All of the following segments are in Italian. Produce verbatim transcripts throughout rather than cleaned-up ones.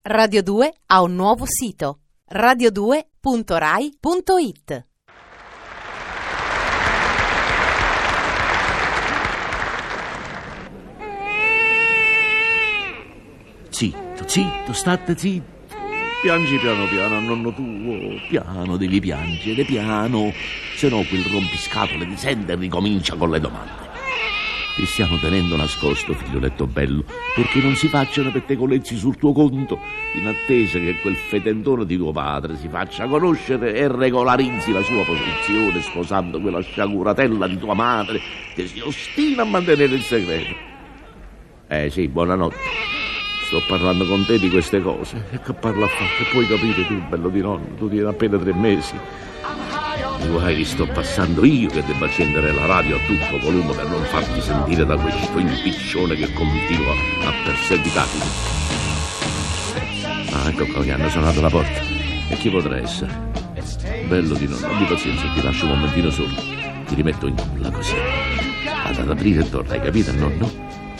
Radio due ha un nuovo sito: radio due punto rai punto it. Zitto, zitto, state zitto. Piangi piano piano a nonno tuo. Piano, devi piangere, piano. Se no quel rompiscatole ti sente e ricomincia con le domande. Ti stiamo tenendo nascosto, figlioletto bello, perché non si facciano pettegolezzi sul tuo conto, in attesa che quel fetentone di tuo padre si faccia conoscere e regolarizzi la sua posizione sposando quella sciaguratella di tua madre che si ostina a mantenere il segreto. Eh sì, buonanotte. Sto parlando con te di queste cose. E che parla a fare? Che puoi capire tu, bello di nonno? Tu tieni appena tre mesi. Mi vuoi che sto passando io che devo accendere la radio a tutto volume per non farti sentire da questo impiccione che continua a perseguitarmi? Ah, ecco qua che hanno suonato la porta. E chi potrà essere? Bello di nonno, abbi pazienza, ti lascio un momentino solo. Ti rimetto in culla così. Vado ad aprire e torna, hai capito, nonno?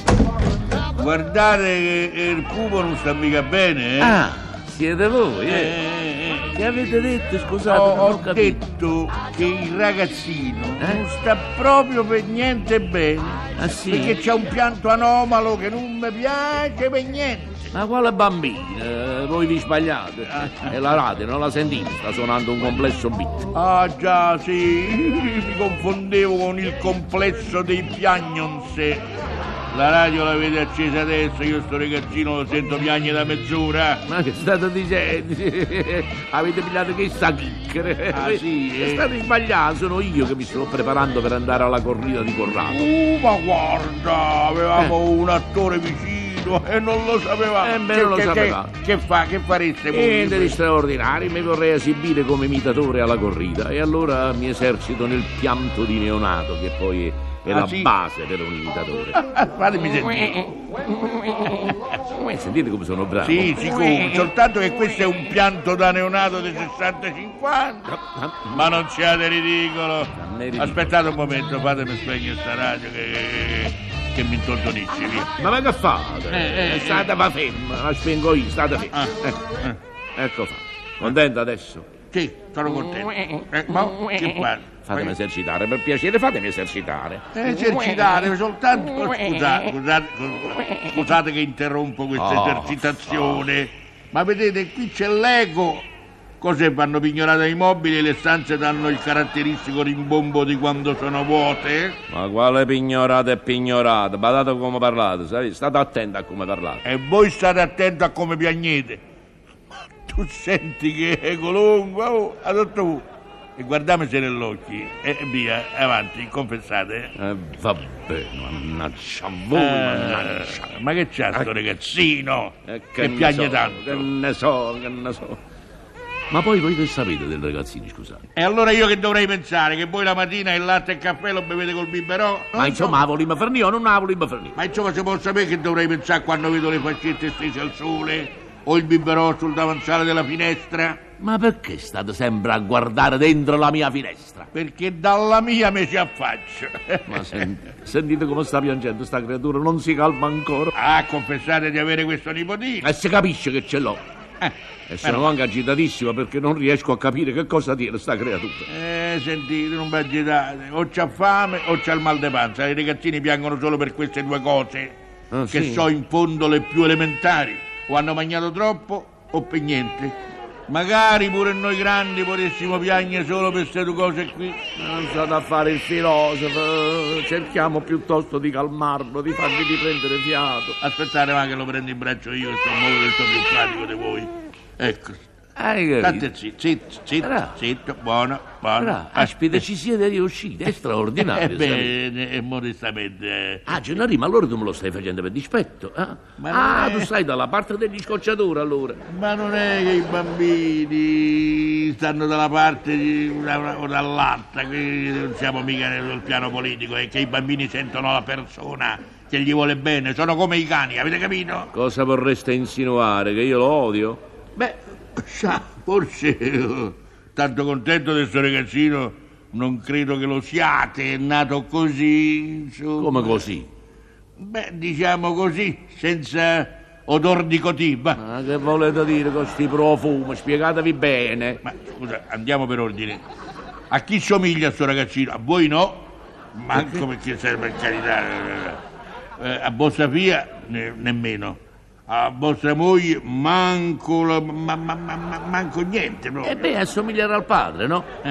Guardate che il pupo non sta mica bene, eh? Ah, siete voi, eh? eh, eh. Che avete detto, scusate, Ho, non ho ho capito. detto che il ragazzino Eh? non sta proprio per niente bene. Ah, sì? Perché c'è un pianto anomalo che non mi piace per niente. Ma quale bambino? Eh, voi vi sbagliate. E la radio non la sentite, sta suonando un complesso beat. Ah già, sì, mi confondevo con il complesso dei Piagnons. La radio l'avete accesa adesso, io sto ragazzino lo sento piagne da mezz'ora. Ma che state dicendo? Avete pigliato che sta chicchera? Ah, sì, eh? State sbagliando, sono io che mi sto preparando per andare alla corrida di Corrado. Uh, ma guarda, avevamo eh. un attore vicino e non lo sapevamo. Eh, beh, non lo che, sapeva. Che, che fa? Che fareste voi? Niente di straordinario, mi vorrei esibire come imitatore alla corrida e allora mi esercito nel pianto di neonato che poi è è ah, la sì? base per un imitatore. Fatemi sentire. Sentite come sono bravo. Sì, sicuro, soltanto che questo è un pianto da neonato di sessanta cinquanta. Ma non siate ridicolo. Aspettate un momento, fatemi spegnere sta radio che, che, che mi intortonisce, via. Ma, ma che fate? Eh, eh, state ma ferma, la spengo io, state ferma. Ah, ecco, eh. ecco fatto. Contento adesso? Sì, sono contento. Eh, ma che fa? Fatemi esercitare, per piacere, fatemi esercitare. Esercitare soltanto. Scusate, scusate, scusate che interrompo questa Oh, esercitazione. Ma vedete, qui c'è l'eco. Cos'è? Vanno pignorate i mobili e le stanze danno il caratteristico rimbombo di quando sono vuote? Ma quale pignorata e pignorata? Badate come parlate, sai? State attenti a come parlate. E voi state attenti a come piagnete. Ma tu senti che eco lungo, oh, adotto tu. E guardami se nell'occhio e via, avanti, confessate. Eh, vabbè, mannaggia a voi, Eh, mannaggia. ma che c'ha sto ragazzino Eh, che, ne piagne so, tanto? Che ne so, che ne so. Ma poi voi che sapete del ragazzino, scusate? E allora io che dovrei pensare? Che voi la mattina il latte e il caffè lo bevete col biberò? Ma insomma, la volima farnì o non la volima farnì? Ma insomma, si può sapere che dovrei pensare quando vedo le fascette stese al sole o il biberò sul davanzale della finestra? Ma perché state sempre a guardare dentro la mia finestra? Perché dalla mia mi ci affaccio. Ma sentite, sentite come sta piangendo sta creatura, non si calma ancora. Ah, confessate di avere questo nipotino? E si capisce che ce l'ho. Eh, E sono anche agitatissimo perché non riesco a capire che cosa dire sta creatura. Eh, sentite, non vi agitate. O c'ha fame o c'ha il mal di panza. I ragazzini piangono solo per queste due cose, Ah, che sì? so in fondo le più elementari. O hanno mangiato troppo o per niente. Magari pure noi grandi potessimo piangere solo per queste due cose qui. Non state a fare il filosofo, cerchiamo piuttosto di calmarlo, di fargli riprendere fiato. Aspettate, ma che lo prendo in braccio io, che sono molto più pratico di voi. Ecco. Hai capito? State zitto, zitto, zitto, Bravo. zitto, buono, buono. Bravo, aspetta, ci siete riusciti, è straordinario. sapete? Ebbene, e modestamente. eh. Ah, Gennari, ma allora tu me lo stai facendo per dispetto? Eh? Ma Ah, non è- tu stai dalla parte degli scocciatori allora. Ma non è che i bambini stanno dalla parte di una, una, o dall'altra, qui non siamo mica sul piano politico, è che i bambini sentono la persona che gli vuole bene, sono come i cani, avete capito? Cosa vorreste insinuare? Che io lo odio? Beh, sa, forse eh, tanto contento di questo ragazzino non credo che lo siate, è nato così, insomma. Come così? Beh, diciamo così, senza odor di cotiba. Ma che volete dire con sti profumi? Spiegatevi bene. Ma scusa, andiamo per ordine. A chi somiglia sto ragazzino? A voi no? Manco perché serve, per carità. Eh, a vostra figlia ne- nemmeno. A vostra moglie manco, la- ma- ma- ma- ma- manco niente proprio. E beh, assomiglierà al padre, no? Eh,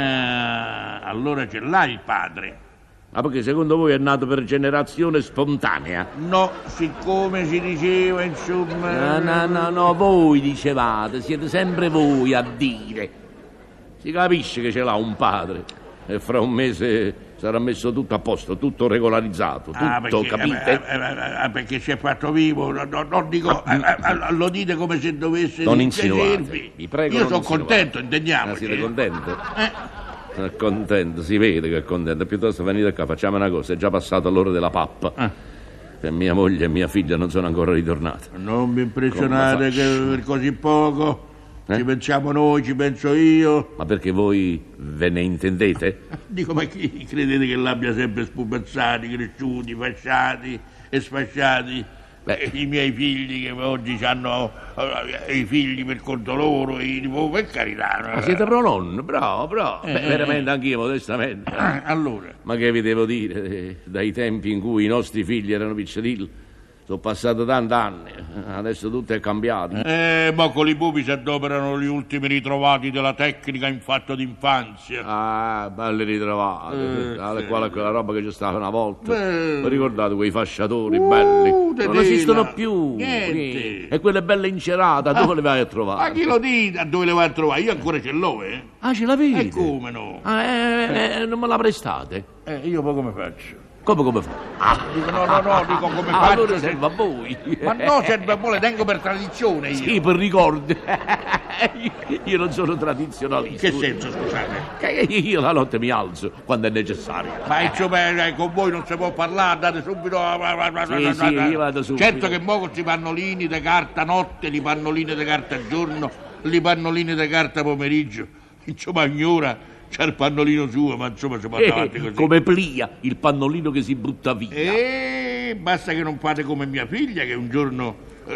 allora ce l'ha il padre. Ma perché secondo voi è nato per generazione spontanea? No, siccome si diceva, insomma... No, no, no, no, voi dicevate, siete sempre voi a dire. Si capisce che ce l'ha un padre e fra un mese sarà messo tutto a posto, tutto regolarizzato, tutto, Ah, perché, capite? eh, eh, eh, perché si è fatto vivo, no, no, non dico, eh, eh, lo dite come se dovesse Non dispiacervi. insinuate, vi prego. Io non sono insinuate. contento, Ah, intendiamoci. siete contento? Eh, È contento, si vede che è contento. Piuttosto venite qua, facciamo una cosa, è già passata l'ora della pappa. Ah. E mia moglie e mia figlia non sono ancora ritornate. non vi impressionate Come che faccio? per così poco Eh? ci pensiamo noi, ci penso io. Ma perché voi ve ne intendete? Dico, ma chi credete che l'abbia sempre spupezzati, cresciuti, fasciati e sfasciati? Beh. I miei figli che oggi hanno eh, i figli per conto loro, i nipoti, per carità. no? Ma siete pro nonno, bravo, bravo. Eh, Beh, eh, veramente anch'io, modestamente. Ah, allora, Ma che vi devo dire? Eh, Dai tempi in cui i nostri figli erano piccirilli, sono passati tanti anni, adesso tutto è cambiato. eh, ma con i pupi si adoperano gli ultimi ritrovati della tecnica in fatto d'infanzia. Ah, belli ritrovati, Eh, tale sì. quale quella roba che c'è stata una volta. Beh. Vi ricordate quei fasciatori Uh, belli? te Non tela. esistono più. Niente. E quelle belle incerate, dove le vai a Ma trovare? chi lo dite? A dove le vai a trovare? Io ancora ce l'ho, eh? Ah, ce l'avete? E come no? Ah, eh, eh, non me la prestate? Eh, io poi come faccio? Come, come fa? Ah, Dico, no, no, no, dico come ah, faccio. allora se- serve a voi. Ma no, serve a voi, le tengo per tradizione io. Sì, per ricordi. Io non sono tradizionalista. In che senso, scusate? Che io la notte mi alzo quando è necessario. Ma insomma, eh, con voi non si può parlare, andate subito. Sì, sì, io vado subito. Certo che mo' con questi pannolini di carta notte, i pannolini di carta giorno, i pannolini di carta pomeriggio. Insomma, ignora, c'è il pannolino suo, ma insomma si va avanti Eh, così. come Plia, il pannolino che si butta via. E basta che non fate come mia figlia, che un giorno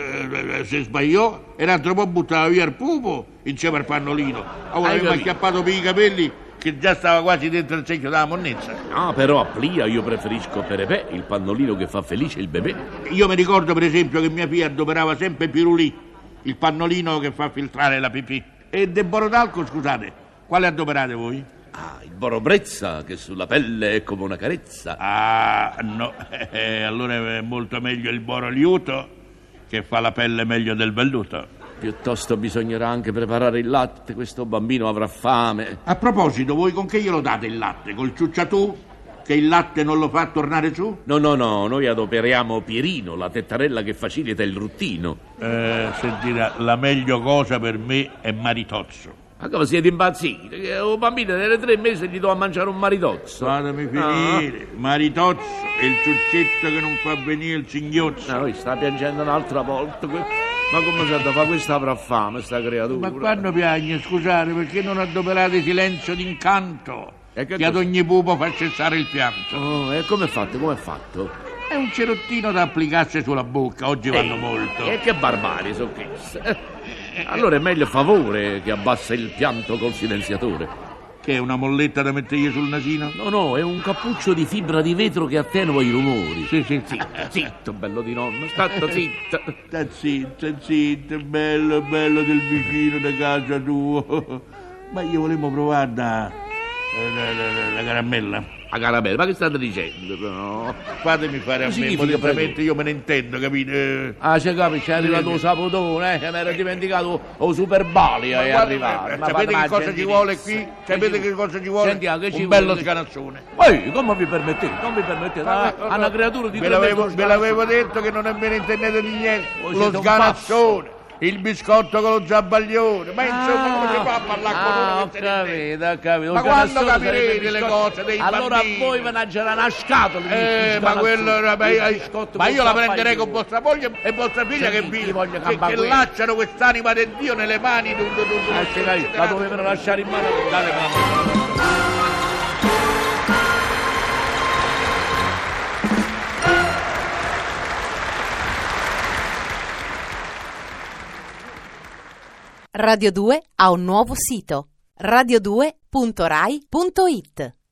eh, si sbagliò e l'altro po' buttava via il pupo insieme al pannolino. Allora Hai aveva capito? acchiappato per i capelli che già stava quasi dentro il secchio della monnezza. No, però a Plia io preferisco Perepè, il pannolino che fa felice il bebè. Io mi ricordo per esempio che mia figlia adoperava sempre Pirulì, il pannolino che fa filtrare la pipì. E del Borodalco, scusate, quale adoperate voi? Ah, il Borobrezza che sulla pelle è come una carezza. Ah, no, eh, allora è molto meglio il Boroliuto che fa la pelle meglio del velluto. Piuttosto bisognerà anche preparare il latte, questo bambino avrà fame. A proposito, voi con che glielo date il latte? Col ciucciatù? Che il latte non lo fa tornare su? No, no, no, noi adoperiamo Pirino, la tettarella che facilita il ruttino. Eh, sentite, la meglio cosa per me è Maritozzo. Ma come siete impazziti? Che un bambino delle tre mesi gli do a mangiare un maritozzo. Fatemi finire. Maritozzo è il ciuccetto che non fa venire il singhiozzo. No, lui sta piangendo un'altra volta. que- Ma come c'è da fare? Questa avrà fame, sta creatura. Ma quando piagne, scusate, perché non adoperate silenzio d'incanto? E che Che ad cosa? ogni pupo fa cessare il pianto. Oh, e come è fatto? Come è fatto? È un cerottino da applicarsi sulla bocca, oggi vanno molto. E che barbarie sono queste? Allora è meglio favore che abbassa il pianto col silenziatore. Che è una molletta da mettergli sul nasino? No, no, è un cappuccio di fibra di vetro che attenua i rumori. Sì, sì, sì. Zitto, zitto, bello di nonno, sta zitto. Sta zitto, sta zitto, bello, bello del vicino da casa tua. Ma io volevo provare da, la, la- la caramella. La caramella, ma che state dicendo? No. Fatemi fare a Che me, significa, modestamente prego? io me ne intendo, capite? Ah, c'è capisci, è arrivato il sapotone, eh, che mi era dimenticato o Super Balia è guarda, arrivato. eh, Ma sapete fate che cosa una ci vuole gentilezza. qui? Sapete che cosa ci vuole? Sentiamo, che ci Un vuole? bello scanazzone. Ehi, come vi permettete? Non vi permettete? Ah, a una creatura di Ve tre l'avevo, metri ve l'avevo detto che non ve ne intendete di niente. Voi Lo siete un sganazzone, il biscotto con lo zabbaglione. Ma insomma, come si fa a parlare con Ah, uno ho che se ne intende? capito, ho capito. Ma Un quando canassone capirete sarebbe le biscotto? cose dei allora bambini? a voi ve ne girano una scatola di Eh, ma sganazzone. quello era ma io, Il biscotto ma con io la zappaglione. prenderei con vostra moglie e vostra figlia che, Senti, vi, ti voglio che, campare che quello. lasciano quest'anima di Dio nelle mani di un, di un- di un- Ah, c'è capito, la dovevano lasciare in mano. Date mamma. Radio due ha un nuovo sito, radio due punto rai punto it.